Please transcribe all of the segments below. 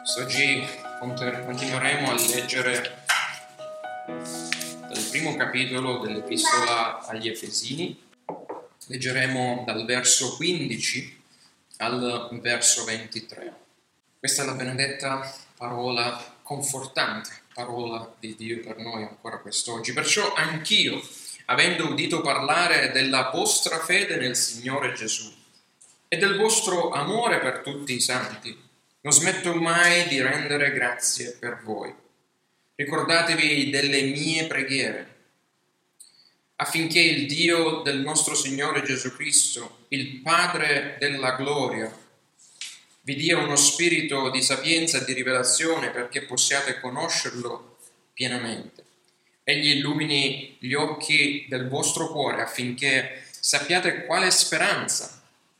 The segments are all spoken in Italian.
Oggi continueremo a leggere dal primo capitolo dell'Epistola agli Efesini. Leggeremo dal verso 15 al verso 23. Questa è la benedetta parola confortante, parola di Dio per noi ancora quest'oggi. Perciò anch'io, avendo udito parlare della vostra fede nel Signore Gesù e del vostro amore per tutti i santi, non smetto mai di rendere grazie per voi. Ricordatevi delle mie preghiere, affinché il Dio del nostro Signore Gesù Cristo, il Padre della gloria, vi dia uno spirito di sapienza e di rivelazione perché possiate conoscerlo pienamente. Egli illumini gli occhi del vostro cuore affinché sappiate a quale speranza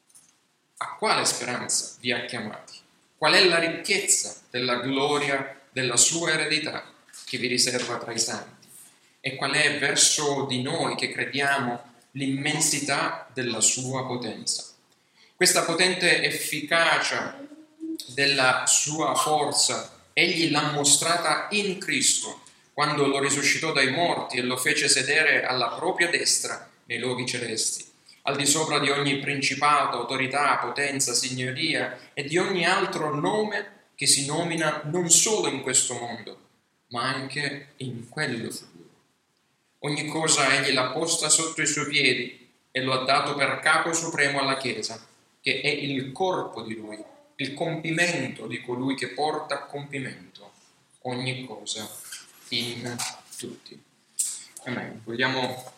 vi ha chiamati, qual è la ricchezza della gloria della sua eredità che vi riserva tra i santi e qual è verso di noi che crediamo l'immensità della sua potenza. Questa potente efficacia della sua forza egli l'ha mostrata in Cristo quando lo risuscitò dai morti e lo fece sedere alla propria destra nei luoghi celesti, al di sopra di ogni principato, autorità, potenza, signoria e di ogni altro nome che si nomina non solo in questo mondo, ma anche in quello futuro. Ogni cosa egli l'ha posta sotto i suoi piedi e lo ha dato per capo supremo alla Chiesa, che è il corpo di lui, il compimento di colui che porta a compimento ogni cosa in tutti. Amen. Vogliamo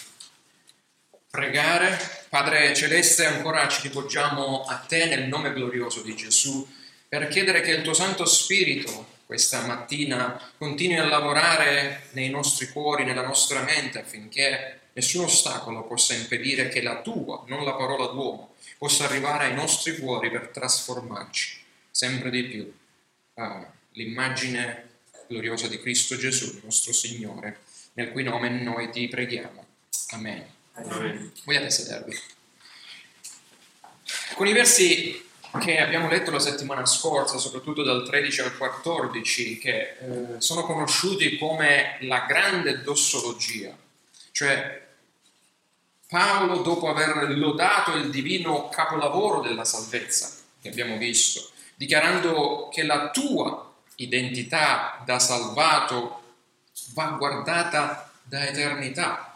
pregare. Padre Celeste, ancora ci rivolgiamo a Te nel nome glorioso di Gesù per chiedere che il Tuo Santo Spirito questa mattina continui a lavorare nei nostri cuori, nella nostra mente, affinché nessun ostacolo possa impedire che la Tua, non la parola d'uomo, possa arrivare ai nostri cuori per trasformarci sempre di più all'immagine gloriosa di Cristo Gesù, il nostro Signore, nel cui nome noi Ti preghiamo. Amen. Amen. Vogliate sedervi. Con i versi che abbiamo letto la settimana scorsa, soprattutto dal 13 al 14, che sono conosciuti come la grande dossologia, cioè Paolo, dopo aver lodato il divino capolavoro della salvezza, che abbiamo visto, dichiarando che la tua identità da salvato va guardata da eternità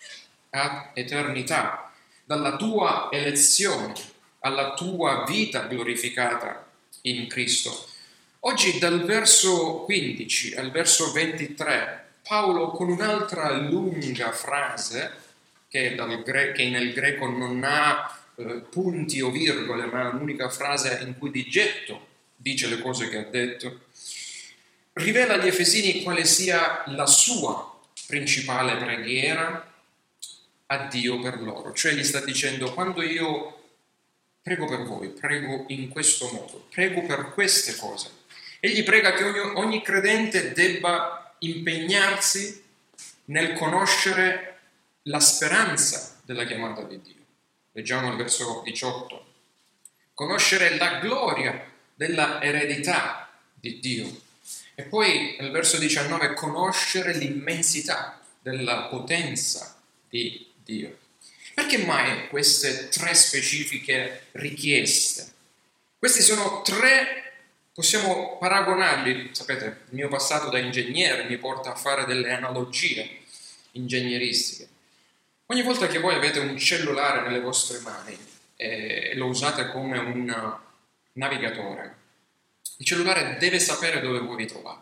a eternità, dalla tua elezione alla tua vita glorificata in Cristo. Oggi dal verso 15 al verso 23 Paolo, con un'altra lunga frase che nel greco non ha punti o virgole, ma è un'unica frase in cui di getto dice le cose che ha detto, rivela agli Efesini quale sia la sua principale preghiera a Dio per loro. Cioè gli sta dicendo: quando io prego per voi, prego in questo modo, prego per queste cose. Egli prega che ogni credente debba impegnarsi nel conoscere la speranza della chiamata di Dio. Leggiamo il verso 18. Conoscere la gloria della eredità di Dio. E poi nel verso 19 conoscere l'immensità della potenza di Dio. Perché mai queste tre specifiche richieste? Questi sono tre, possiamo paragonarli, sapete, il mio passato da ingegnere mi porta a fare delle analogie ingegneristiche. Ogni volta che voi avete un cellulare nelle vostre mani e lo usate come un navigatore, il cellulare deve sapere dove voi vi trovate.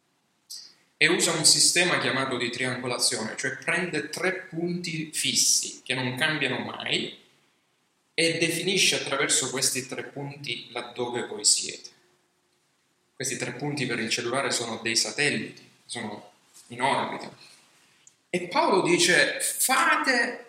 E usa un sistema chiamato di triangolazione, cioè prende tre punti fissi che non cambiano mai e definisce attraverso questi tre punti laddove voi siete. Questi tre punti per il cellulare sono dei satelliti, sono in orbita. E Paolo dice: fate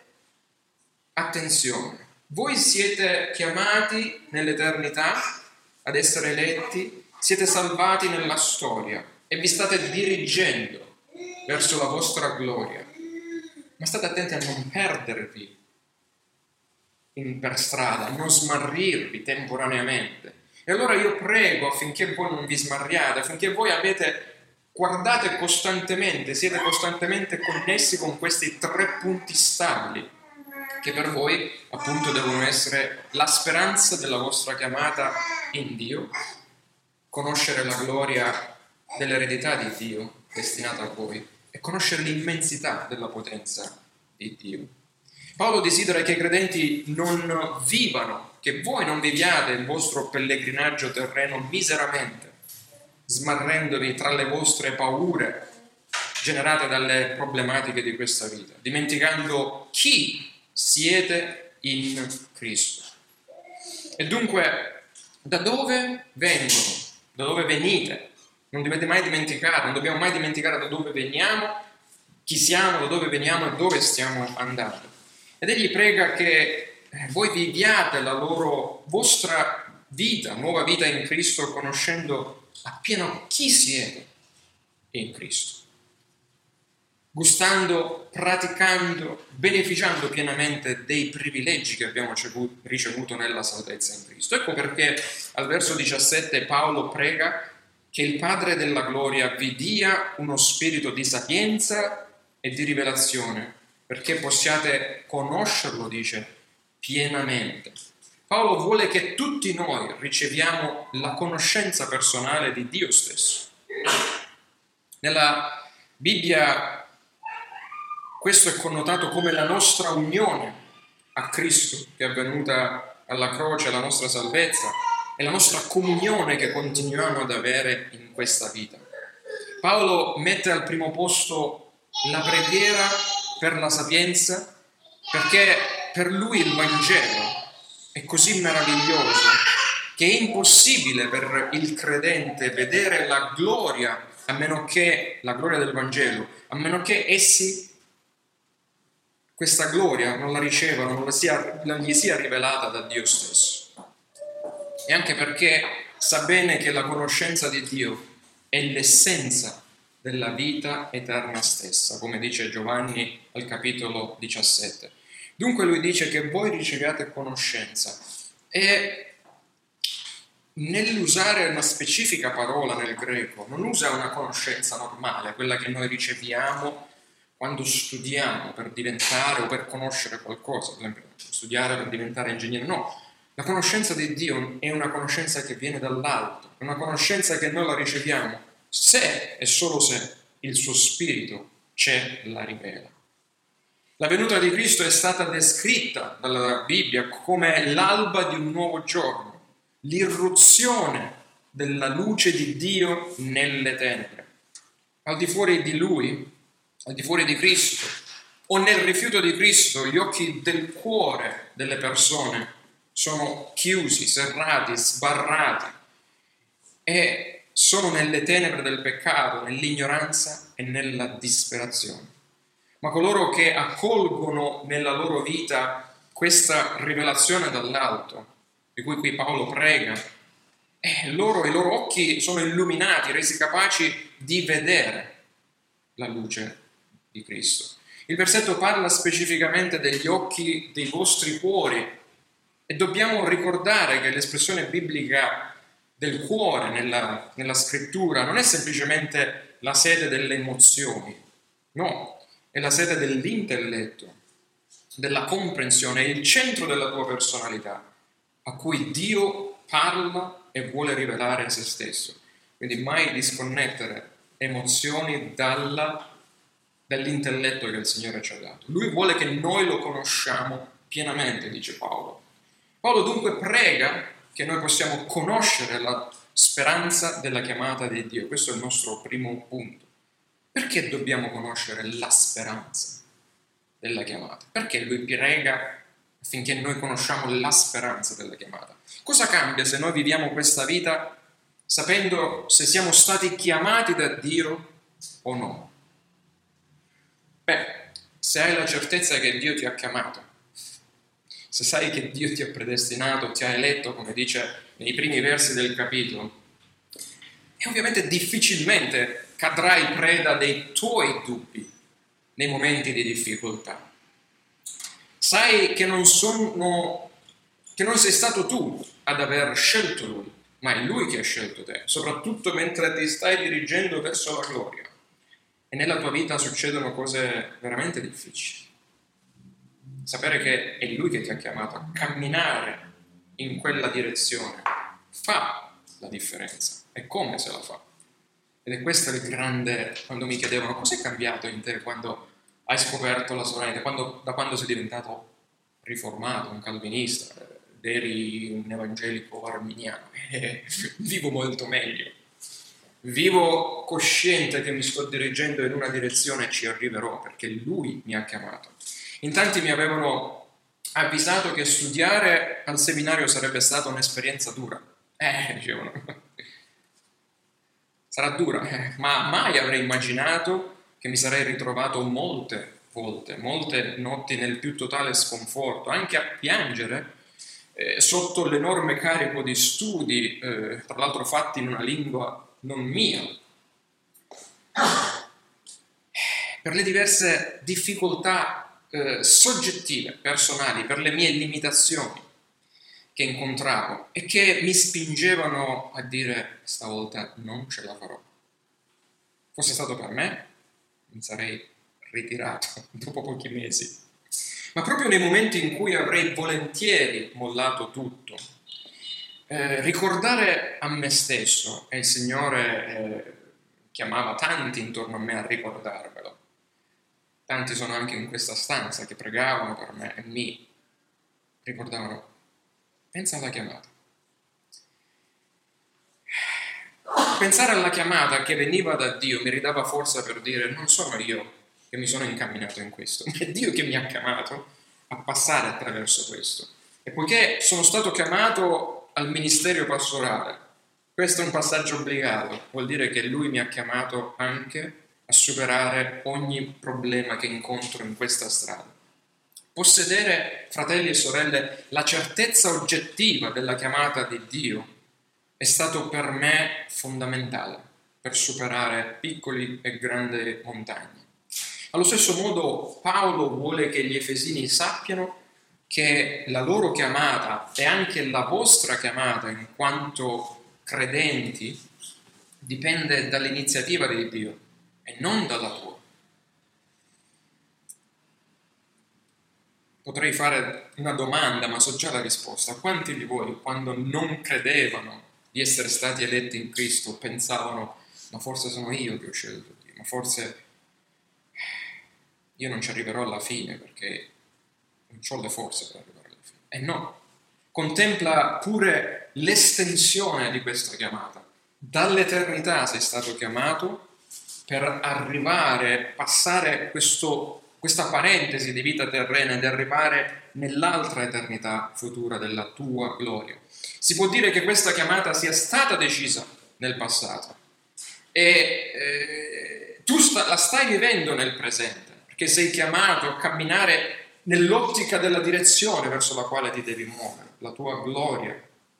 attenzione, voi siete chiamati nell'eternità ad essere eletti, siete salvati nella storia e vi state dirigendo verso la vostra gloria, ma state attenti a non perdervi per strada, a non smarrirvi temporaneamente, E allora io prego affinché voi non vi smarriate, affinché voi guardate costantemente, siete costantemente connessi con questi 3 punti stabili, che per voi appunto devono essere la speranza della vostra chiamata in Dio, conoscere la gloria dell'eredità di Dio destinata a voi e conoscere l'immensità della potenza di Dio. Paolo desidera che i credenti non vivano, che voi non viviate il vostro pellegrinaggio terreno miseramente, smarrendovi tra le vostre paure generate dalle problematiche di questa vita, dimenticando chi siete in Cristo. E dunque, da dove vengono? Da dove venite? Non dovete mai dimenticare, non dobbiamo mai dimenticare da dove veniamo, chi siamo, da dove veniamo e dove stiamo andando. Ed egli prega che voi viviate la vostra vita, nuova vita in Cristo, conoscendo appieno chi siete in Cristo, gustando, praticando, beneficiando pienamente dei privilegi che abbiamo ricevuto nella salvezza in Cristo. Ecco perché al verso 17 Paolo prega che il Padre della gloria vi dia uno spirito di sapienza e di rivelazione, perché possiate conoscerlo, dice, pienamente. Paolo vuole che tutti noi riceviamo la conoscenza personale di Dio stesso. Nella Bibbia questo è connotato come la nostra unione a Cristo, che è avvenuta alla croce, la nostra salvezza, e la nostra comunione che continuiamo ad avere in questa vita. Paolo mette al primo posto la preghiera per la sapienza, perché per lui il Vangelo è così meraviglioso che è impossibile per il credente vedere la gloria, a meno che la gloria del Vangelo, a meno che essi questa gloria non la ricevano, non gli sia rivelata da Dio stesso. E anche perché sa bene che la conoscenza di Dio è l'essenza della vita eterna stessa, come dice Giovanni al capitolo 17. Dunque lui dice che voi riceviate conoscenza, e nell'usare una specifica parola nel greco non usa una conoscenza normale, quella che noi riceviamo quando studiamo per diventare o per conoscere qualcosa, per esempio studiare per diventare ingegnere. No, la conoscenza di Dio è una conoscenza che viene dall'alto, è una conoscenza che noi la riceviamo se e solo se il suo spirito ce la rivela. La venuta di Cristo è stata descritta dalla Bibbia come l'alba di un nuovo giorno, l'irruzione della luce di Dio nelle tenebre. Al di fuori di Lui, al di fuori di Cristo, o nel rifiuto di Cristo, gli occhi del cuore delle persone sono chiusi, serrati, sbarrati e sono nelle tenebre del peccato, nell'ignoranza e nella disperazione. Ma coloro che accolgono nella loro vita questa rivelazione dall'alto, di cui qui Paolo prega, i loro occhi sono illuminati, resi capaci di vedere la luce di Cristo. Il versetto parla specificamente degli occhi dei vostri cuori, e dobbiamo ricordare che l'espressione biblica del cuore nella scrittura non è semplicemente la sede delle emozioni, no, è la sede dell'intelletto, della comprensione, è il centro della tua personalità, a cui Dio parla e vuole rivelare se stesso. Quindi mai disconnettere emozioni dall'intelletto che il Signore ci ha dato. Lui vuole che noi lo conosciamo pienamente, dice Paolo. Paolo dunque prega che noi possiamo conoscere la speranza della chiamata di Dio. Questo è il nostro primo punto. Perché dobbiamo conoscere la speranza della chiamata? Perché lui prega affinché noi conosciamo la speranza della chiamata? Cosa cambia se noi viviamo questa vita sapendo se siamo stati chiamati da Dio o no? Beh, se hai la certezza che Dio ti ha chiamato, se sai che Dio ti ha predestinato, ti ha eletto, come dice nei primi versi del capitolo, e ovviamente difficilmente cadrai preda dei tuoi dubbi nei momenti di difficoltà. Sai che non sei stato tu ad aver scelto Lui, ma è Lui che ha scelto te, soprattutto mentre ti stai dirigendo verso la gloria. E nella tua vita succedono cose veramente difficili. Sapere che è Lui che ti ha chiamato a camminare in quella direzione fa la differenza. E come se la fa? Ed è questo il grande, quando mi chiedevano cosa è cambiato in te quando hai scoperto la sovranità, da quando sei diventato riformato, un calvinista, eri un evangelico arminiano. Vivo molto meglio. Vivo cosciente che mi sto dirigendo in una direzione e ci arriverò perché Lui mi ha chiamato. In tanti mi avevano avvisato che studiare al seminario sarebbe stata un'esperienza dura. Dicevano, sarà dura, ma mai avrei immaginato che mi sarei ritrovato molte volte, molte notti nel più totale sconforto, anche a piangere sotto l'enorme carico di studi, tra l'altro fatti in una lingua non mia, per le diverse difficoltà soggettive, personali, per le mie limitazioni che incontravo e che mi spingevano a dire stavolta non ce la farò. Fosse stato per me, mi sarei ritirato dopo pochi mesi. Ma proprio nei momenti in cui avrei volentieri mollato tutto, ricordare a me stesso, e il Signore chiamava tanti intorno a me a ricordarvelo. Tanti sono anche in questa stanza che pregavano per me e mi ricordavano, pensa alla chiamata. Pensare alla chiamata che veniva da Dio mi ridava forza per dire non sono io che mi sono incamminato in questo, ma è Dio che mi ha chiamato a passare attraverso questo. E poiché sono stato chiamato al ministero pastorale, questo è un passaggio obbligato, vuol dire che Lui mi ha chiamato anche a superare ogni problema che incontro in questa strada. Possedere, fratelli e sorelle, la certezza oggettiva della chiamata di Dio è stato per me fondamentale per superare piccoli e grandi montagne. Allo stesso modo Paolo vuole che gli Efesini sappiano che la loro chiamata e anche la vostra chiamata in quanto credenti dipende dall'iniziativa di Dio e non dalla tua. Potrei fare una domanda, ma so già la risposta. Quanti di voi, quando non credevano di essere stati eletti in Cristo, pensavano, ma forse sono io che ho scelto Dio, ma forse io non ci arriverò alla fine perché non ho le forze per arrivare alla fine. E no, contempla pure l'estensione di questa chiamata. Dall'eternità sei stato chiamato per arrivare, passare questa parentesi di vita terrena ed arrivare nell'altra eternità futura della tua gloria. Si può dire che questa chiamata sia stata decisa nel passato e tu la stai vivendo nel presente, perché sei chiamato a camminare nell'ottica della direzione verso la quale ti devi muovere, la tua gloria.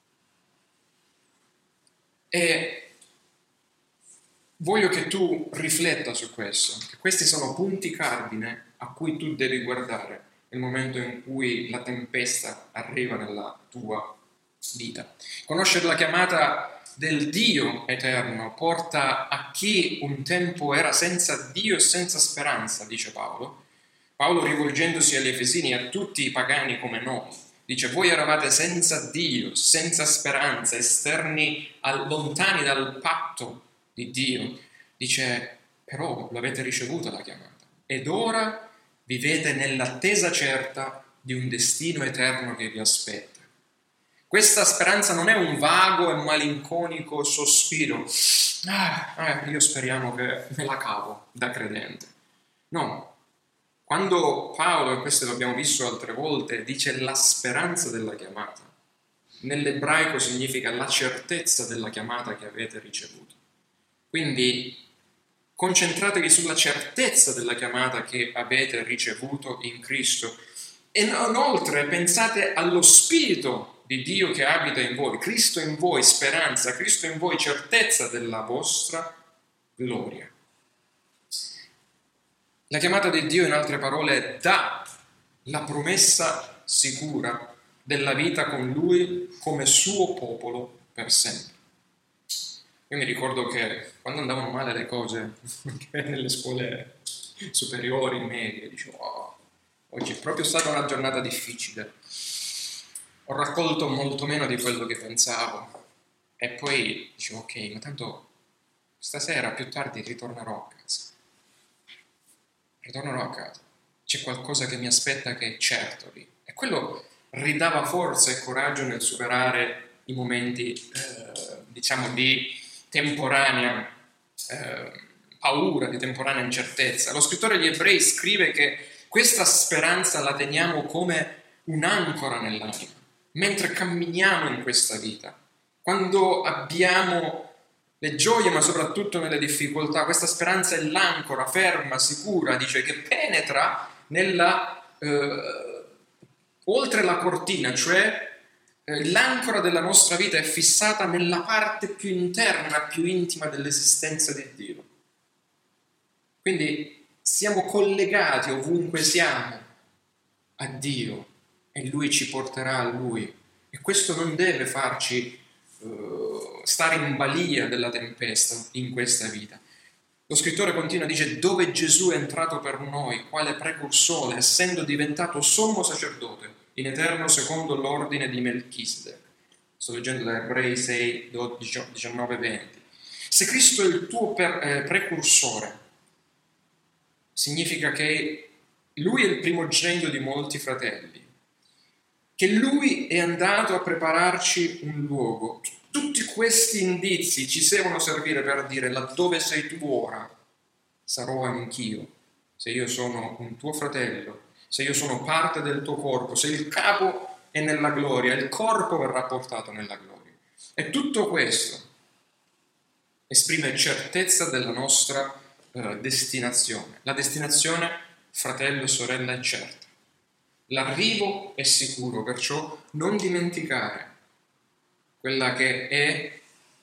E voglio che tu rifletta su questo, che questi sono punti cardine a cui tu devi guardare nel momento in cui la tempesta arriva nella tua vita. Conoscere la chiamata del Dio eterno porta a chi un tempo era senza Dio e senza speranza, dice Paolo. Paolo, rivolgendosi agli Efesini e a tutti i pagani come noi, dice: voi eravate senza Dio, senza speranza, esterni, lontani dal patto di Dio. Dice: però l'avete ricevuta la chiamata ed ora vivete nell'attesa certa di un destino eterno che vi aspetta. Questa speranza non è un vago e malinconico sospiro. Io speriamo che me la cavo da credente. No. Quando Paolo, e questo l'abbiamo visto altre volte, dice la speranza della chiamata, nell'ebraico significa la certezza della chiamata che avete ricevuto. Quindi concentratevi sulla certezza della chiamata che avete ricevuto in Cristo e inoltre pensate allo Spirito di Dio che abita in voi, Cristo in voi speranza, Cristo in voi certezza della vostra gloria. La chiamata di Dio, in altre parole, dà la promessa sicura della vita con Lui come suo popolo per sempre. Io mi ricordo che quando andavano male le cose, anche nelle scuole superiori, medie, dicevo, "Oh, oggi è proprio stata una giornata difficile. Ho raccolto molto meno di quello che pensavo. E poi dicevo, ok, ma tanto stasera più tardi ritornerò a casa. Ritornerò a casa. C'è qualcosa che mi aspetta che è certo lì. E quello ridava forza e coraggio nel superare i momenti, diciamo, di temporanea eh, paura, di temporanea incertezza. Lo scrittore agli Ebrei scrive che questa speranza la teniamo come un'ancora nell'anima, mentre camminiamo in questa vita. Quando abbiamo le gioie, ma soprattutto nelle difficoltà, questa speranza è l'ancora ferma, sicura, dice, che penetra oltre la cortina, cioè l'ancora della nostra vita è fissata nella parte più interna, più intima dell'esistenza di Dio. Quindi siamo collegati ovunque siamo a Dio e Lui ci porterà a Lui. E questo non deve farci stare in balia della tempesta in questa vita. Lo scrittore continua, dice, dove Gesù è entrato per noi, quale precursore, essendo diventato sommo sacerdote, in eterno secondo l'ordine di Melchisedec. Sto leggendo da Ebrei 6, 12, 19, 20. Se Cristo è il tuo precursore, significa che Lui è il primogenito di molti fratelli, che Lui è andato a prepararci un luogo. Tutti questi indizi ci devono servire per dire, laddove sei tu ora, sarò anch'io. Se io sono un tuo fratello, se io sono parte del tuo corpo, se il capo è nella gloria, il corpo verrà portato nella gloria. E tutto questo esprime certezza della nostra destinazione. La destinazione, fratello e sorella, è certa. L'arrivo è sicuro, perciò non dimenticare quella che è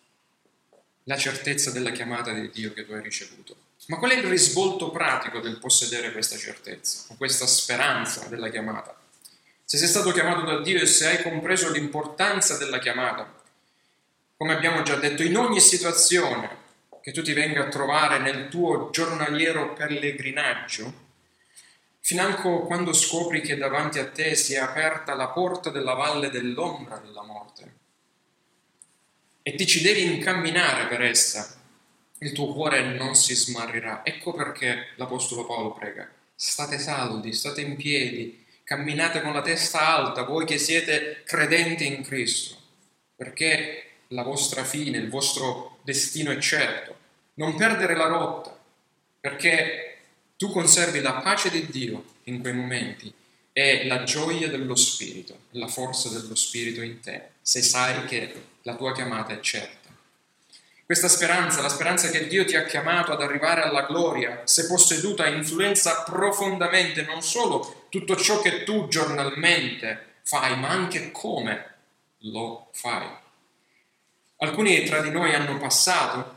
la certezza della chiamata di Dio che tu hai ricevuto. Ma qual è il risvolto pratico del possedere questa certezza, o questa speranza della chiamata? Se sei stato chiamato da Dio e se hai compreso l'importanza della chiamata, come abbiamo già detto, in ogni situazione che tu ti venga a trovare nel tuo giornaliero pellegrinaggio, financo quando scopri che davanti a te si è aperta la porta della valle dell'ombra della morte e ti ci devi incamminare per essa, il tuo cuore non si smarrirà. Ecco perché l'Apostolo Paolo prega, state saldi, state in piedi, camminate con la testa alta, voi che siete credenti in Cristo, perché la vostra fine, il vostro destino è certo. Non perdere la rotta, perché tu conservi la pace di Dio in quei momenti e la gioia dello Spirito, la forza dello Spirito in te, se sai che la tua chiamata è certa. Questa speranza, la speranza che Dio ti ha chiamato ad arrivare alla gloria, se posseduta, influenza profondamente non solo tutto ciò che tu giornalmente fai, ma anche come lo fai. Alcuni tra di noi hanno passato,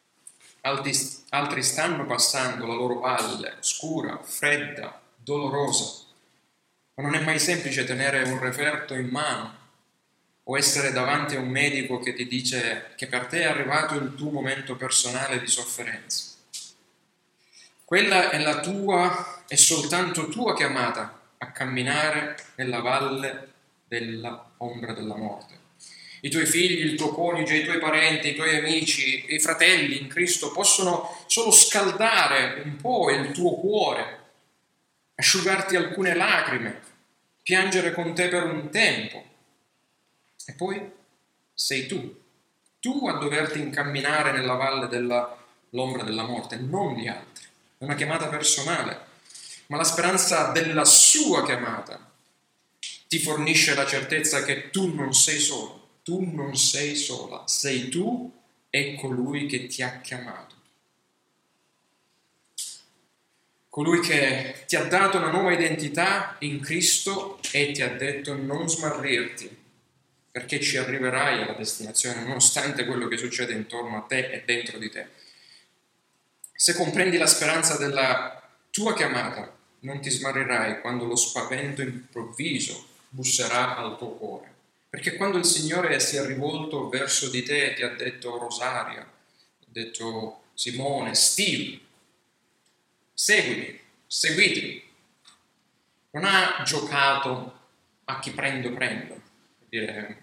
altri stanno passando la loro valle scura, fredda, dolorosa. Ma non è mai semplice tenere un referto in mano o essere davanti a un medico che ti dice che per te è arrivato il tuo momento personale di sofferenza. Quella è la tua e soltanto tua chiamata a camminare nella valle della ombra della morte. I tuoi figli, il tuo coniuge, i tuoi parenti, i tuoi amici, i fratelli in Cristo possono solo scaldare un po' il tuo cuore, asciugarti alcune lacrime, piangere con te per un tempo. E poi sei tu a doverti incamminare nella valle dell'ombra della morte, non gli altri. È una chiamata personale, ma la speranza della sua chiamata ti fornisce la certezza che tu non sei solo, tu non sei sola, sei tu e colui che ti ha chiamato. Colui che ti ha dato una nuova identità in Cristo e ti ha detto non smarrirti, perché ci arriverai alla destinazione nonostante quello che succede intorno a te e dentro di te. Se comprendi la speranza della tua chiamata, non ti smarrirai quando lo spavento improvviso busserà al tuo cuore, Perché quando il Signore si è rivolto verso di te, ti ha detto Rosaria, ha detto Simone, Steve, seguimi, seguitemi, non ha giocato a chi prendo, per dire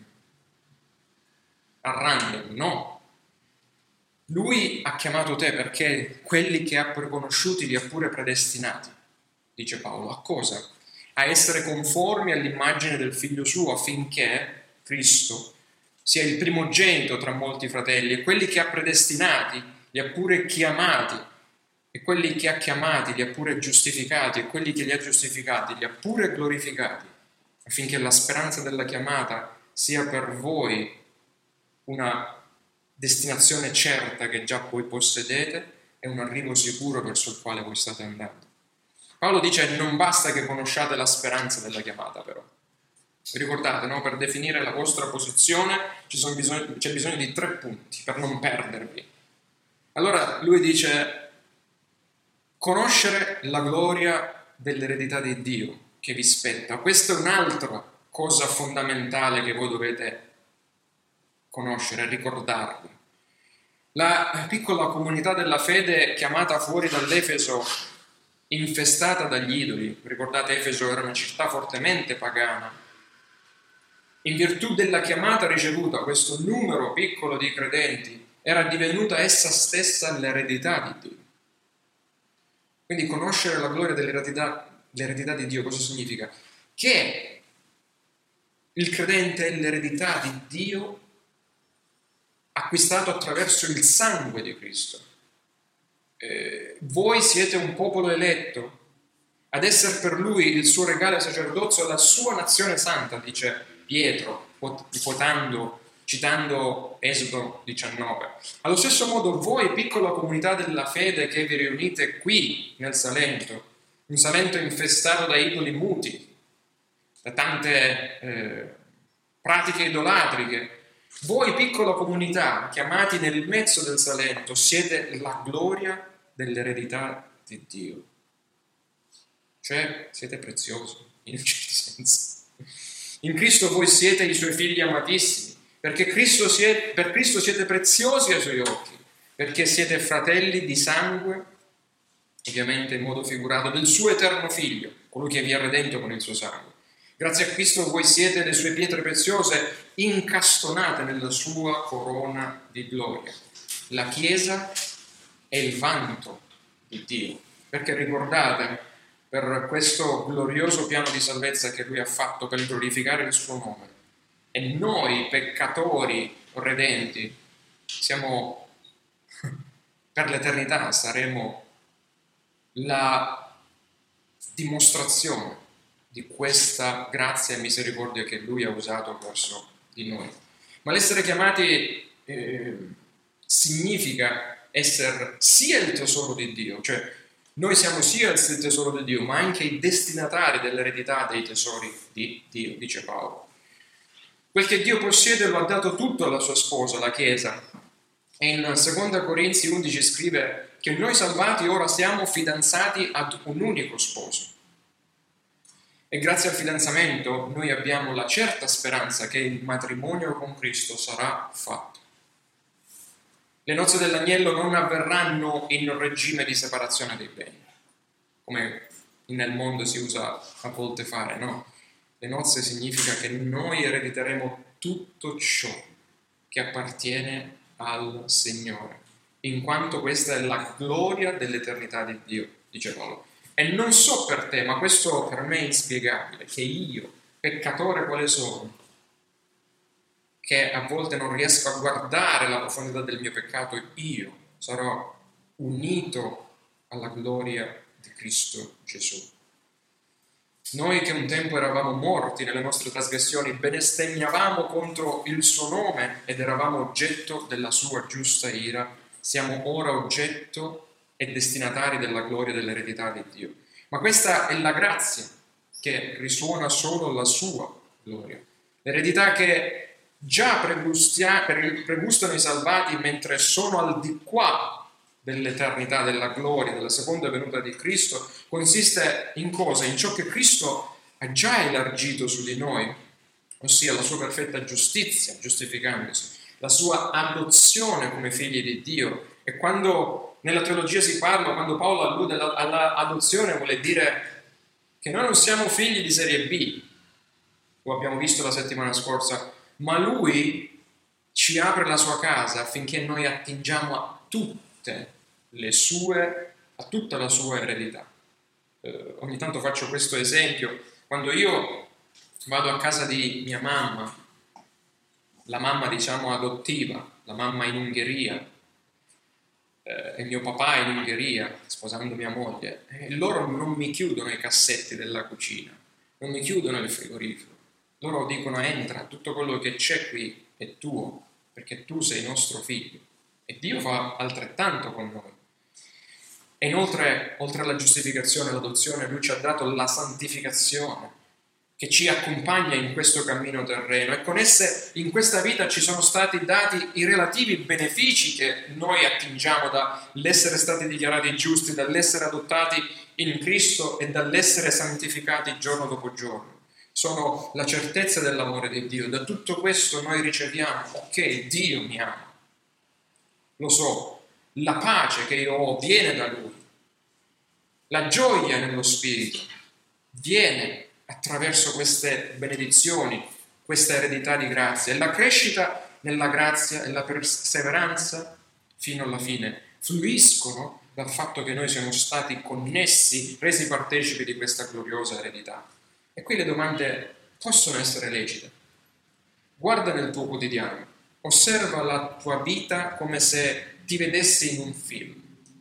a random, no. Lui ha chiamato te perché quelli che ha preconosciuti li ha pure predestinati, dice Paolo. A cosa? A essere conformi all'immagine del figlio suo, affinché Cristo sia il primogenito tra molti fratelli, e quelli che ha predestinati li ha pure chiamati, e quelli che ha chiamati li ha pure giustificati, e quelli che li ha giustificati li ha pure glorificati, affinché la speranza della chiamata sia per voi una destinazione certa che già voi possedete e un arrivo sicuro verso il quale voi state andando. Paolo dice: non basta che conosciate la speranza della chiamata, però. Ricordate, no? Per definire la vostra posizione c'è bisogno di 3 punti per non perdervi. Allora lui dice: conoscere la gloria dell'eredità di Dio che vi spetta. Questa è un'altra cosa fondamentale che voi dovete conoscere, ricordarvi. La piccola comunità della fede chiamata fuori dall'Efeso, infestata dagli idoli, ricordate Efeso era una città fortemente pagana, in virtù della chiamata ricevuta, questo numero piccolo di credenti era divenuta essa stessa l'eredità di Dio. Quindi conoscere la gloria l'eredità di Dio cosa significa? Che il credente è l'eredità di Dio acquistato attraverso il sangue di Cristo. Voi siete un popolo eletto, ad essere per lui il suo regale sacerdozio, la sua nazione santa, dice Pietro, citando Esodo 19. Allo stesso modo voi, piccola comunità della fede che vi riunite qui nel Salento, un Salento infestato da idoli muti, da tante pratiche idolatriche, voi, piccola comunità, chiamati nel mezzo del Salento, siete la gloria dell'eredità di Dio. Cioè, siete preziosi, in un certo senso. In Cristo voi siete i suoi figli amatissimi, perché per Cristo siete preziosi ai suoi occhi, perché siete fratelli di sangue, ovviamente in modo figurato, del suo eterno Figlio, colui che vi ha redento con il suo sangue. Grazie a Cristo voi siete le sue pietre preziose incastonate nella sua corona di gloria. La Chiesa è il vanto di Dio, perché ricordate, per questo glorioso piano di salvezza che Lui ha fatto per glorificare il suo nome, e noi peccatori redenti siamo per l'eternità, saremo la dimostrazione di questa grazia e misericordia che Lui ha usato verso di noi. Ma l'essere chiamati significa essere sia il tesoro di Dio, cioè noi siamo sia il tesoro di Dio, ma anche i destinatari dell'eredità dei tesori di Dio, dice Paolo. Quel che Dio possiede lo ha dato tutto alla sua sposa, la Chiesa. E in 2 Corinzi 11 scrive che noi salvati ora siamo fidanzati ad un unico sposo. E grazie al fidanzamento noi abbiamo la certa speranza che il matrimonio con Cristo sarà fatto. Le nozze dell'agnello non avverranno in regime di separazione dei beni, come nel mondo si usa a volte fare, no? Le nozze significa che noi erediteremo tutto ciò che appartiene al Signore, in quanto questa è la gloria dell'eternità di Dio, dice Paolo. E non so per te, ma questo per me è inspiegabile, che io, peccatore quale sono, che a volte non riesco a guardare la profondità del mio peccato, io sarò unito alla gloria di Cristo Gesù. Noi che un tempo eravamo morti nelle nostre trasgressioni, bestemmiavamo contro il suo nome ed eravamo oggetto della sua giusta ira, siamo ora oggetto e destinatari della gloria e dell'eredità di Dio. Ma questa è la grazia che risuona solo la sua gloria. L'eredità che già pregustano i salvati mentre sono al di qua dell'eternità, della gloria, della seconda venuta di Cristo, consiste in cosa? In ciò che Cristo ha già elargito su di noi, ossia la sua perfetta giustizia, giustificandosi, la sua adozione come figli di Dio. E quando nella teologia si parla, quando Paolo allude all'adozione, vuole dire che noi non siamo figli di serie B, lo abbiamo visto la settimana scorsa, ma lui ci apre la sua casa affinché noi attingiamo a tutta la sua eredità. Ogni tanto faccio questo esempio. Quando io vado a casa di mia mamma, la mamma diciamo adottiva, la mamma in Ungheria, e mio papà in Ungheria, sposando mia moglie, loro non mi chiudono i cassetti della cucina, non mi chiudono il frigorifero. Loro dicono: entra, tutto quello che c'è qui è tuo, perché tu sei nostro figlio. E Dio fa altrettanto con noi. E inoltre, oltre alla giustificazione e l'adozione, Lui ci ha dato la santificazione, che ci accompagna in questo cammino terreno, e con esse in questa vita ci sono stati dati i relativi benefici che noi attingiamo dall'essere stati dichiarati giusti, dall'essere adottati in Cristo e dall'essere santificati giorno dopo giorno. Sono la certezza dell'amore di Dio. Da tutto questo noi riceviamo: ok, Dio mi ama, lo so, la pace che io ho viene da Lui, la gioia nello Spirito viene attraverso queste benedizioni, questa eredità di grazia, e la crescita nella grazia e la perseveranza fino alla fine fluiscono dal fatto che noi siamo stati connessi, resi partecipi di questa gloriosa eredità. E qui le domande possono essere lecite. Guarda nel tuo quotidiano, osserva la tua vita come se ti vedessi in un film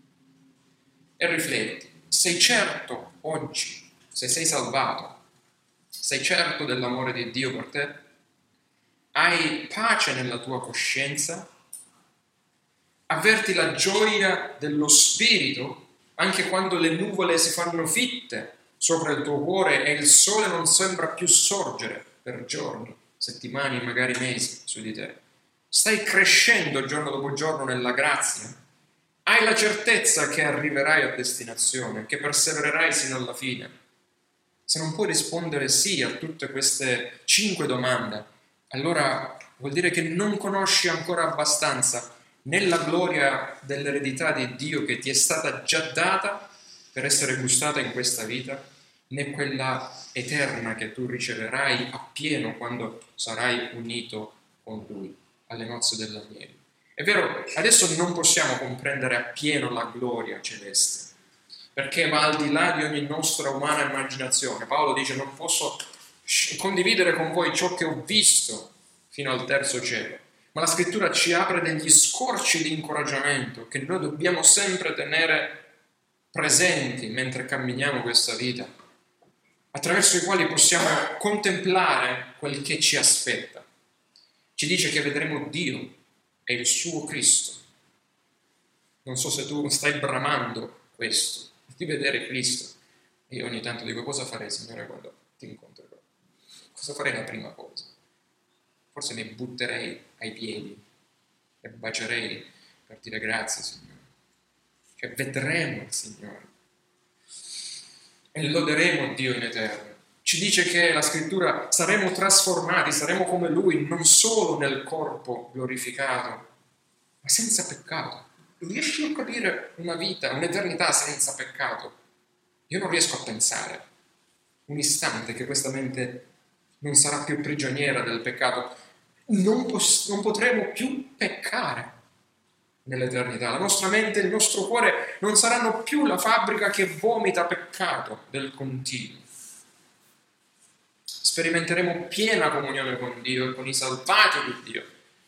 e rifletti: sei certo oggi, se sei salvato, sei certo dell'amore di Dio per te? Hai pace nella tua coscienza? Avverti la gioia dello Spirito anche quando le nuvole si fanno fitte sopra il tuo cuore e il sole non sembra più sorgere per giorni, settimane, magari mesi su di te? Stai crescendo giorno dopo giorno nella grazia? Hai la certezza che arriverai a destinazione, che persevererai sino alla fine? Se non puoi rispondere sì a tutte queste 5 domande, allora vuol dire che non conosci ancora abbastanza né la gloria dell'eredità di Dio che ti è stata già data per essere gustata in questa vita, né quella eterna che tu riceverai appieno quando sarai unito con Lui alle nozze dell'agnello. È vero, adesso non possiamo comprendere appieno la gloria celeste, perché va al di là di ogni nostra umana immaginazione. Paolo dice: non posso condividere con voi ciò che ho visto fino al terzo cielo. Ma la scrittura ci apre degli scorci di incoraggiamento che noi dobbiamo sempre tenere presenti mentre camminiamo questa vita, attraverso i quali possiamo contemplare quel che ci aspetta. Ci dice che vedremo Dio e il suo Cristo. Non so se tu stai bramando questo, di vedere Cristo. E io ogni tanto dico: cosa farei, Signore, quando ti incontrerò? Cosa farei la prima cosa? Forse mi butterei ai piedi e bacerei per dire: grazie, Signore. Cioè, vedremo il Signore e loderemo Dio in eterno. Ci dice che la scrittura saremo trasformati, saremo come Lui, non solo nel corpo glorificato, ma senza peccato. Riesci a capire una vita, un'eternità senza peccato? Io non riesco a pensare un istante che questa mente non sarà più prigioniera del peccato. Non potremo più peccare nell'eternità. La nostra mente e il nostro cuore non saranno più la fabbrica che vomita peccato del continuo. Sperimenteremo piena comunione con Dio e con i salvati di Dio.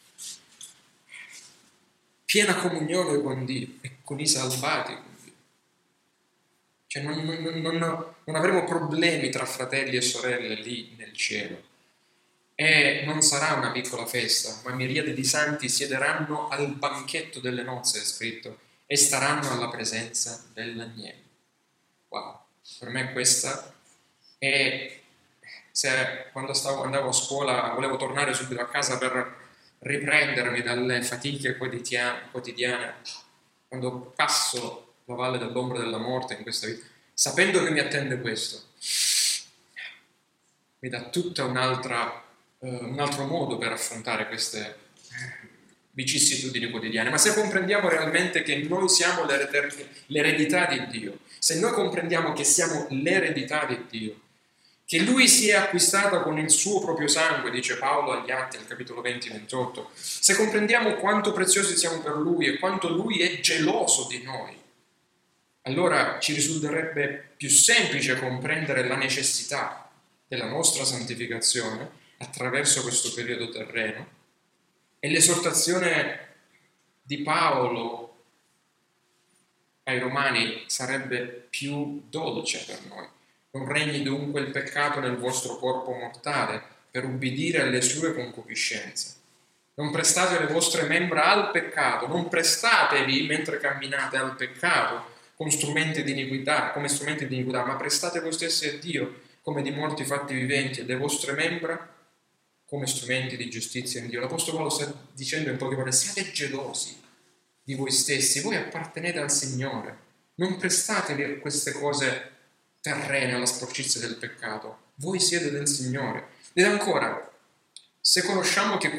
Piena comunione con Dio e con i salvati con Dio. Cioè non avremo problemi tra fratelli e sorelle lì nel cielo. E non sarà una piccola festa, ma miriadi di santi siederanno al banchetto delle nozze, è scritto, e staranno alla presenza dell'agnello. Wow, per me questa è... Se quando andavo a scuola volevo tornare subito a casa per riprendermi dalle fatiche quotidiane, quando passo la valle dell'ombra della morte in questa vita, sapendo che mi attende questo, mi dà tutta un'altra un altro modo per affrontare queste vicissitudini quotidiane, ma se comprendiamo realmente che noi siamo l'eredità di Dio, se noi comprendiamo che siamo l'eredità di Dio, che Lui si è acquistata con il suo proprio sangue, dice Paolo agli Atti, al capitolo 20-28, se comprendiamo quanto preziosi siamo per Lui e quanto Lui è geloso di noi, allora ci risulterebbe più semplice comprendere la necessità della nostra santificazione attraverso questo periodo terreno e l'esortazione di Paolo ai Romani sarebbe più dolce per noi. Non regni dunque il peccato nel vostro corpo mortale per ubbidire alle sue concupiscenze. Non prestate le vostre membra al peccato, non prestatevi mentre camminate al peccato come strumenti di iniquità, ma prestate voi stessi a Dio come di morti fatti viventi e le vostre membra come strumenti di giustizia in Dio. L'Apostolo Paolo sta dicendo in poche parole: siate gelosi di voi stessi, voi appartenete al Signore, non prestatevi a queste cose terrene, alla sporcizia del peccato, voi siete del Signore. Ed ancora, se conosciamo che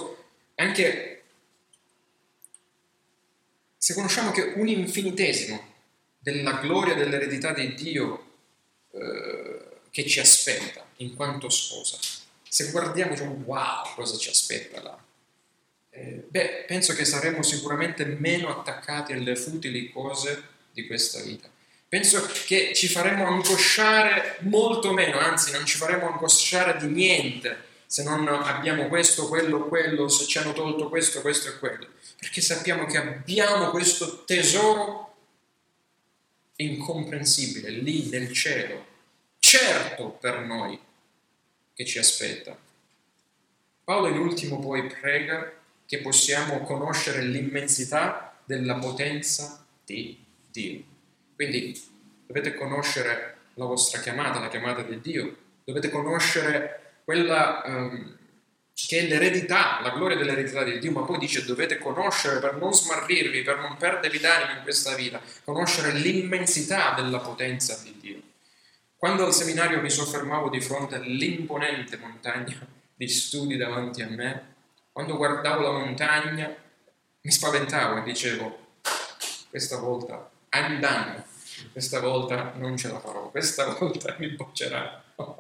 se conosciamo che un infinitesimo della gloria e dell'eredità di Dio che ci aspetta in quanto sposa, se guardiamo diciamo wow, cosa ci aspetta là, penso che saremo sicuramente meno attaccati alle futili cose di questa vita. Penso che ci faremo angosciare molto meno, anzi non ci faremo angosciare di niente se non abbiamo questo, quello, se ci hanno tolto questo e quello, perché sappiamo che abbiamo questo tesoro incomprensibile lì nel cielo, certo per noi, che ci aspetta. Paolo in ultimo poi prega che possiamo conoscere l'immensità della potenza di Dio. Quindi dovete conoscere la vostra chiamata, la chiamata di Dio, dovete conoscere quella che è l'eredità, la gloria dell'eredità di Dio, ma poi dice dovete conoscere per non smarrirvi, per non perdervi d'animo in questa vita, conoscere l'immensità della potenza di Dio. Quando al seminario mi soffermavo di fronte all'imponente montagna di studi davanti a me, quando guardavo la montagna mi spaventavo e dicevo: questa volta I'm done, questa volta non ce la farò, questa volta mi boccerà.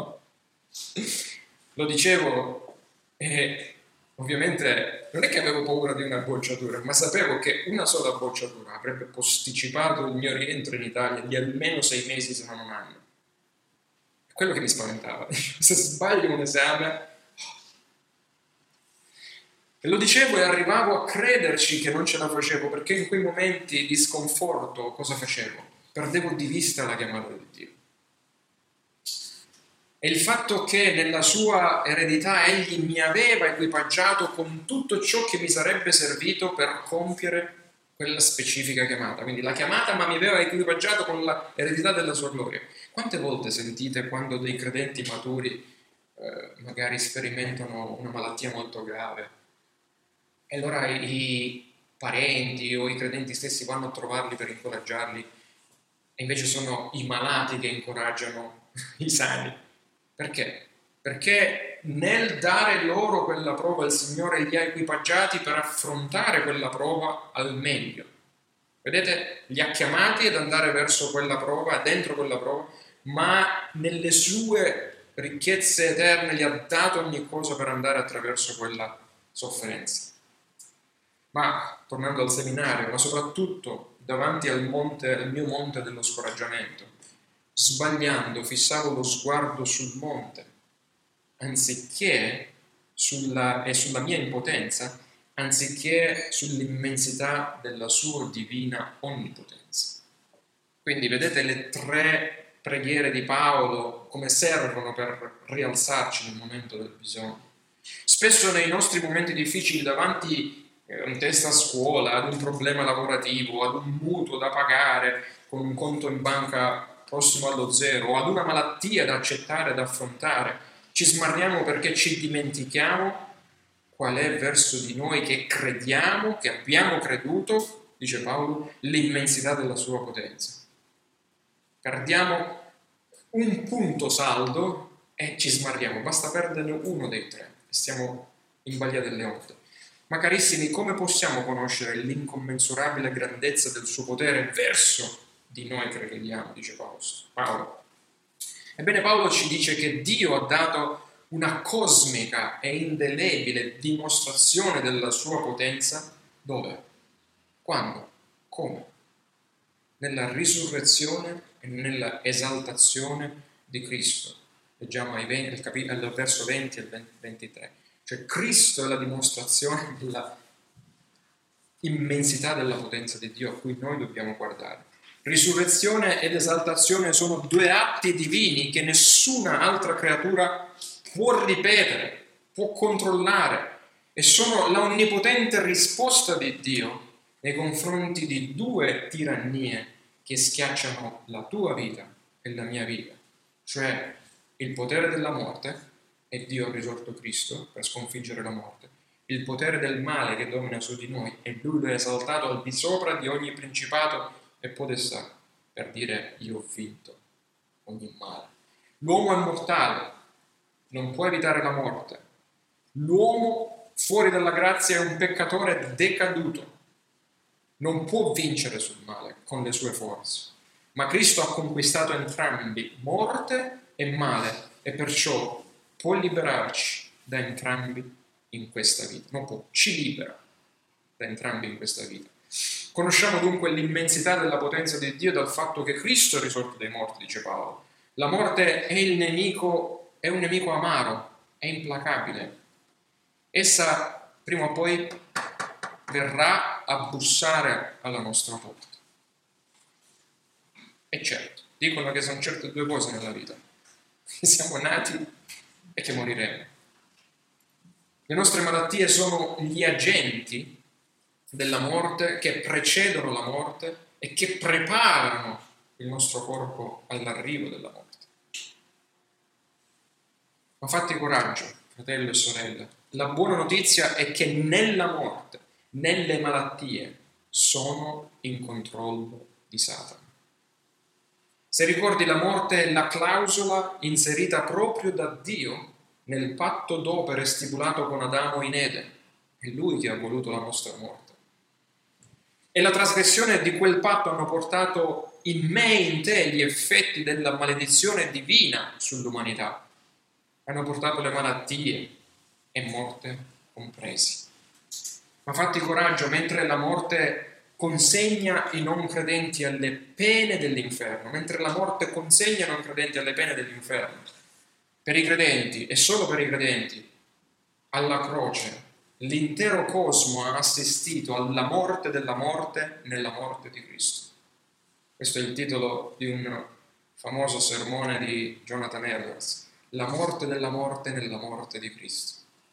Lo dicevo e ovviamente non è che avevo paura di una bocciatura, ma sapevo che una sola bocciatura avrebbe posticipato il mio rientro in Italia di almeno 6 mesi, se non un anno. È quello che mi spaventava. Se sbaglio un esame... E lo dicevo e arrivavo a crederci che non ce la facevo, perché in quei momenti di sconforto cosa facevo? Perdevo di vista la chiamata di Dio. E il fatto che nella sua eredità egli mi aveva equipaggiato con tutto ciò che mi sarebbe servito per compiere quella specifica chiamata. Quindi la chiamata, ma mi aveva equipaggiato con l'eredità della sua gloria. Quante volte sentite quando dei credenti maturi magari sperimentano una malattia molto grave e allora i parenti o i credenti stessi vanno a trovarli per incoraggiarli e invece sono i malati che incoraggiano i sani? Perché? Perché nel dare loro quella prova il Signore li ha equipaggiati per affrontare quella prova al meglio. Vedete? Li ha chiamati ad andare verso quella prova, dentro quella prova, ma nelle sue ricchezze eterne gli ha dato ogni cosa per andare attraverso quella sofferenza. Ma, tornando al seminario, ma soprattutto davanti al mio monte dello scoraggiamento, sbagliando, fissavo lo sguardo sul monte, anziché sulla mia impotenza, anziché sull'immensità della sua divina onnipotenza. Quindi vedete le 3 preghiere di Paolo come servono per rialzarci nel momento del bisogno. Spesso nei nostri momenti difficili, davanti un test a scuola, ad un problema lavorativo, ad un mutuo da pagare con un conto in banca prossimo allo zero, o ad una malattia da accettare, da affrontare, ci smarriamo perché ci dimentichiamo qual è verso di noi che crediamo, che abbiamo creduto, dice Paolo, l'immensità della sua potenza. Perdiamo un punto saldo e ci smarriamo, basta perderne uno dei 3. stiamo in balia delle onde. Ma carissimi, come possiamo conoscere l'incommensurabile grandezza del suo potere verso di noi che crediamo, dice Paolo. Ebbene, Paolo ci dice che Dio ha dato una cosmica e indelebile dimostrazione della sua potenza. Dove? Quando? Come? Nella risurrezione e nella esaltazione di Cristo. Leggiamo al verso 20 e 23. Cioè Cristo è la dimostrazione della immensità della potenza di Dio a cui noi dobbiamo guardare. Risurrezione ed esaltazione sono due atti divini che nessuna altra creatura può ripetere, può controllare, e sono la onnipotente risposta di Dio nei confronti di due tirannie che schiacciano la tua vita e la mia vita, cioè il potere della morte, e Dio ha risorto Cristo per sconfiggere la morte, il potere del male che domina su di noi, e Lui lo ha esaltato al di sopra di ogni principato e potestà, per dire: io ho vinto ogni male. L'uomo è mortale, non può evitare la morte. L'uomo fuori dalla grazia è un peccatore decaduto, non può vincere sul male con le sue forze, ma Cristo ha conquistato entrambi, morte e male, e perciò può liberarci da entrambi in questa vita. Non può, ci libera da entrambi in questa vita. Conosciamo dunque l'immensità della potenza di Dio dal fatto che Cristo è risorto dai morti, dice Paolo. La morte è un nemico amaro, è implacabile. Essa prima o poi verrà a bussare alla nostra porta. E certo, dicono che sono certe due cose nella vita: che siamo nati e che moriremo. Le nostre malattie sono gli agenti della morte che precedono la morte e che preparano il nostro corpo all'arrivo della morte. Ma fate coraggio, fratello e sorella. La buona notizia è che nella morte, nelle malattie, sono in controllo di Satana. Se ricordi, la morte è la clausola inserita proprio da Dio nel patto d'opere stipulato con Adamo in Eden. È Lui che ha voluto la nostra morte. E la trasgressione di quel patto hanno portato in me e in te gli effetti della maledizione divina sull'umanità. Hanno portato le malattie e morte compresi. Ma fatti coraggio, mentre la morte consegna i non credenti alle pene dell'inferno, mentre la morte consegna i non credenti alle pene dell'inferno, per i credenti e solo per i credenti, alla croce, l'intero cosmo ha assistito alla morte della morte nella morte di Cristo. Questo è il titolo di un famoso sermone di Jonathan Edwards: la morte della morte nella morte di Cristo.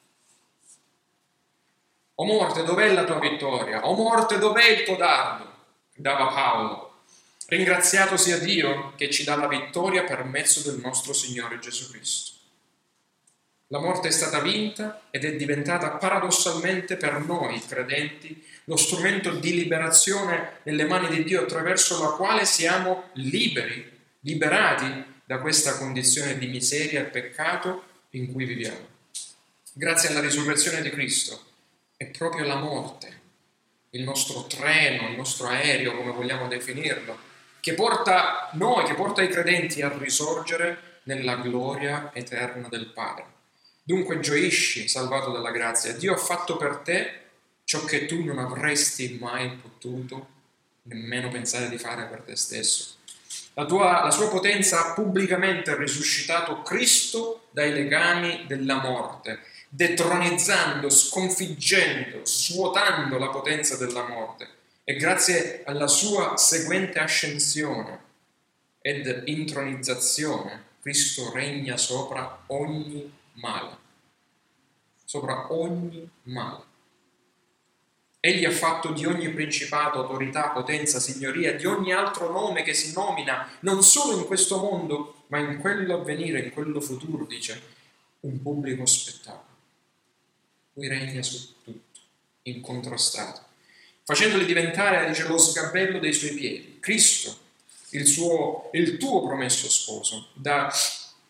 O morte, dov'è la tua vittoria? O morte, dov'è il tuo dardo? Gridava Paolo. Ringraziato sia Dio che ci dà la vittoria per mezzo del nostro Signore Gesù Cristo. La morte è stata vinta ed è diventata paradossalmente per noi credenti lo strumento di liberazione nelle mani di Dio, attraverso la quale siamo liberi, liberati da questa condizione di miseria e peccato in cui viviamo. Grazie alla risurrezione di Cristo è proprio la morte, il nostro treno, il nostro aereo, come vogliamo definirlo, che porta noi, che porta i credenti a risorgere nella gloria eterna del Padre. Dunque gioisci, salvato dalla grazia. Dio ha fatto per te ciò che tu non avresti mai potuto nemmeno pensare di fare per te stesso. La sua potenza ha pubblicamente risuscitato Cristo dai legami della morte, detronizzando, sconfiggendo, svuotando la potenza della morte. E grazie alla sua seguente ascensione ed intronizzazione, Cristo regna sopra ogni male, sopra ogni male. Egli ha fatto di ogni principato, autorità, potenza, signoria, di ogni altro nome che si nomina, non solo in questo mondo, ma in quello a venire, in quello futuro, dice, un pubblico spettacolo. Lui regna su tutto, incontrastato, facendoli diventare, dice, lo sgabello dei suoi piedi. Cristo, il tuo promesso sposo, da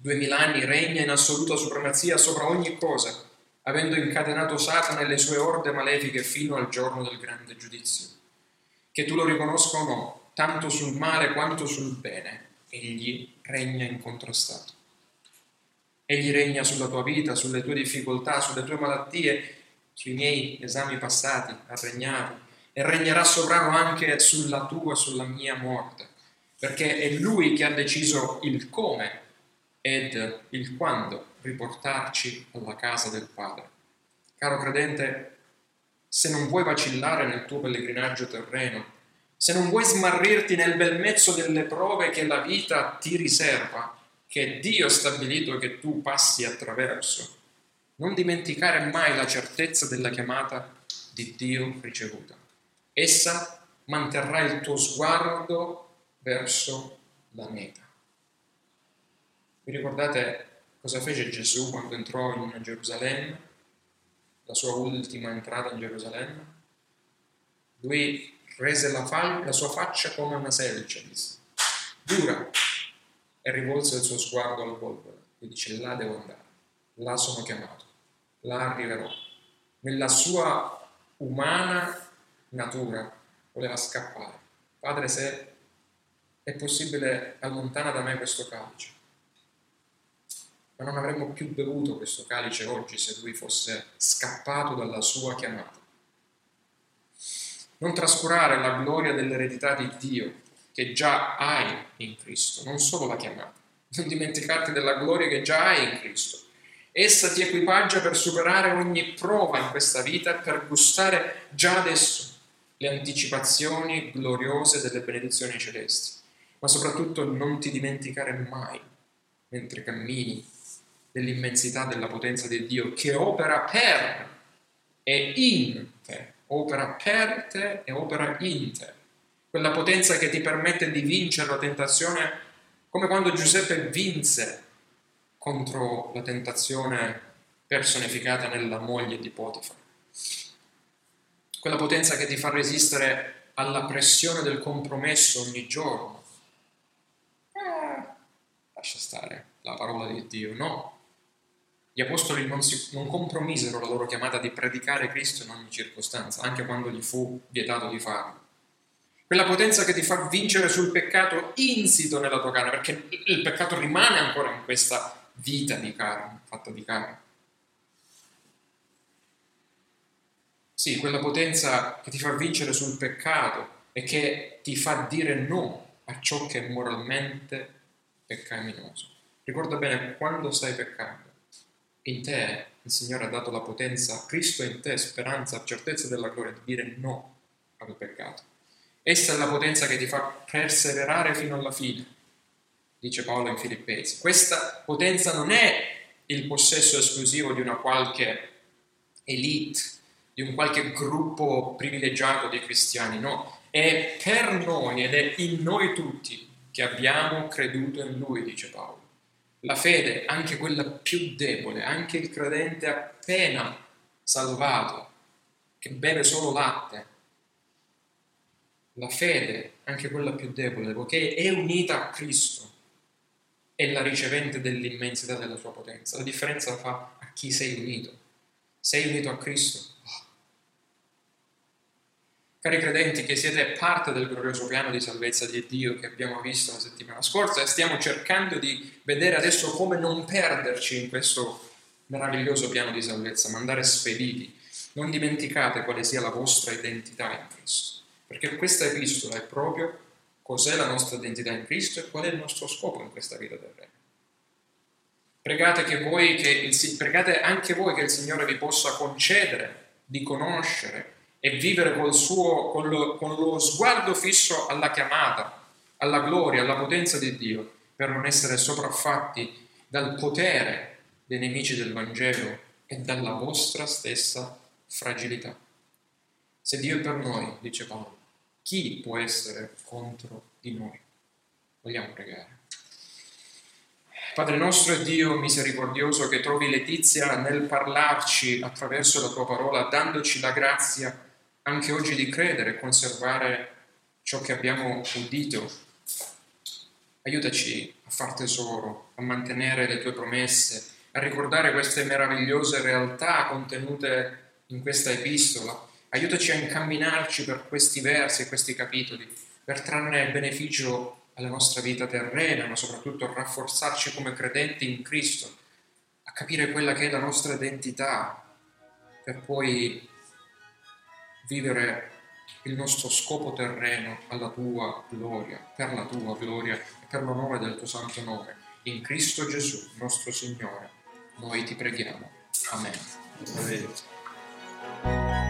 2000 anni regna in assoluta supremazia sopra ogni cosa, avendo incatenato Satana e le sue orde malefiche fino al giorno del grande giudizio. Che tu lo riconosca o no, tanto sul male quanto sul bene, egli regna incontrastato. Egli regna sulla tua vita, sulle tue difficoltà, sulle tue malattie, sui miei esami passati, ha regnato e regnerà sovrano anche sulla tua, sulla mia morte, perché è Lui che ha deciso il come ed il quando riportarci alla casa del Padre. Caro credente, se non vuoi vacillare nel tuo pellegrinaggio terreno, se non vuoi smarrirti nel bel mezzo delle prove che la vita ti riserva, che Dio ha stabilito che tu passi attraverso, non dimenticare mai la certezza della chiamata di Dio ricevuta. Essa manterrà il tuo sguardo verso la meta. Vi ricordate cosa fece Gesù quando entrò in Gerusalemme? La sua ultima entrata in Gerusalemme? Lui rese la sua faccia come una selce, disse, dura, e rivolse il suo sguardo al polvere e dice: là devo andare, là sono chiamato, là arriverò. Nella sua umana natura voleva scappare. Padre, se è possibile, allontana da me questo calice. Ma non avremmo più bevuto questo calice oggi se lui fosse scappato dalla sua chiamata. Non trascurare la gloria dell'eredità di Dio che già hai in Cristo, non solo la chiamata. Non dimenticarti della gloria che già hai in Cristo. Essa ti equipaggia per superare ogni prova in questa vita e per gustare già adesso le anticipazioni gloriose delle benedizioni celesti. Ma soprattutto non ti dimenticare mai, mentre cammini, dell'immensità della potenza di Dio che opera per e in te. Opera per te e opera in te. Quella potenza che ti permette di vincere la tentazione, come quando Giuseppe vinse contro la tentazione personificata nella moglie di Potifar. Quella potenza che ti fa resistere alla pressione del compromesso ogni giorno. Lascia stare la parola di Dio, no. Gli apostoli non compromisero la loro chiamata di predicare Cristo in ogni circostanza, anche quando gli fu vietato di farlo. Quella potenza che ti fa vincere sul peccato insito nella tua carne, perché il peccato rimane ancora in questa vita di carne, fatta di carne. Sì, quella potenza che ti fa vincere sul peccato e che ti fa dire no a ciò che è moralmente peccaminoso. Ricorda bene, quando stai peccando, in te il Signore ha dato la potenza, Cristo in te, speranza, certezza della gloria, di dire no al peccato. Essa è la potenza che ti fa perseverare fino alla fine, dice Paolo in Filippesi. Questa potenza non è il possesso esclusivo di una qualche elite, di un qualche gruppo privilegiato di cristiani, no, è per noi ed è in noi tutti che abbiamo creduto in Lui, dice Paolo. La fede, anche quella più debole, anche il credente appena salvato, che beve solo latte, la fede, anche quella più debole, poiché è unita a Cristo, è la ricevente dell'immensità della sua potenza. La differenza la fa a chi sei unito. Sei unito a Cristo. Cari credenti, che siete parte del glorioso piano di salvezza di Dio che abbiamo visto la settimana scorsa e stiamo cercando di vedere adesso come non perderci in questo meraviglioso piano di salvezza, ma andare spediti. Non dimenticate quale sia la vostra identità in Cristo, perché questa epistola è proprio cos'è la nostra identità in Cristo e qual è il nostro scopo in questa vita terrena. Pregate anche voi che il Signore vi possa concedere di conoscere e vivere con lo sguardo fisso alla chiamata, alla gloria, alla potenza di Dio, per non essere sopraffatti dal potere dei nemici del Vangelo e dalla vostra stessa fragilità. Se Dio è per noi, dice Paolo, chi può essere contro di noi? Vogliamo pregare. Padre nostro e Dio misericordioso, che trovi letizia nel parlarci attraverso la tua parola, dandoci la grazia anche oggi di credere e conservare ciò che abbiamo udito. Aiutaci a far tesoro, a mantenere le tue promesse, a ricordare queste meravigliose realtà contenute in questa epistola. Aiutaci a incamminarci per questi versi e questi capitoli, per trarne beneficio alla nostra vita terrena, ma soprattutto a rafforzarci come credenti in Cristo, a capire quella che è la nostra identità, per poi vivere il nostro scopo terreno alla tua gloria, per la tua gloria e per l'onore del tuo santo nome. In Cristo Gesù, nostro Signore, noi ti preghiamo. Amen. Amen.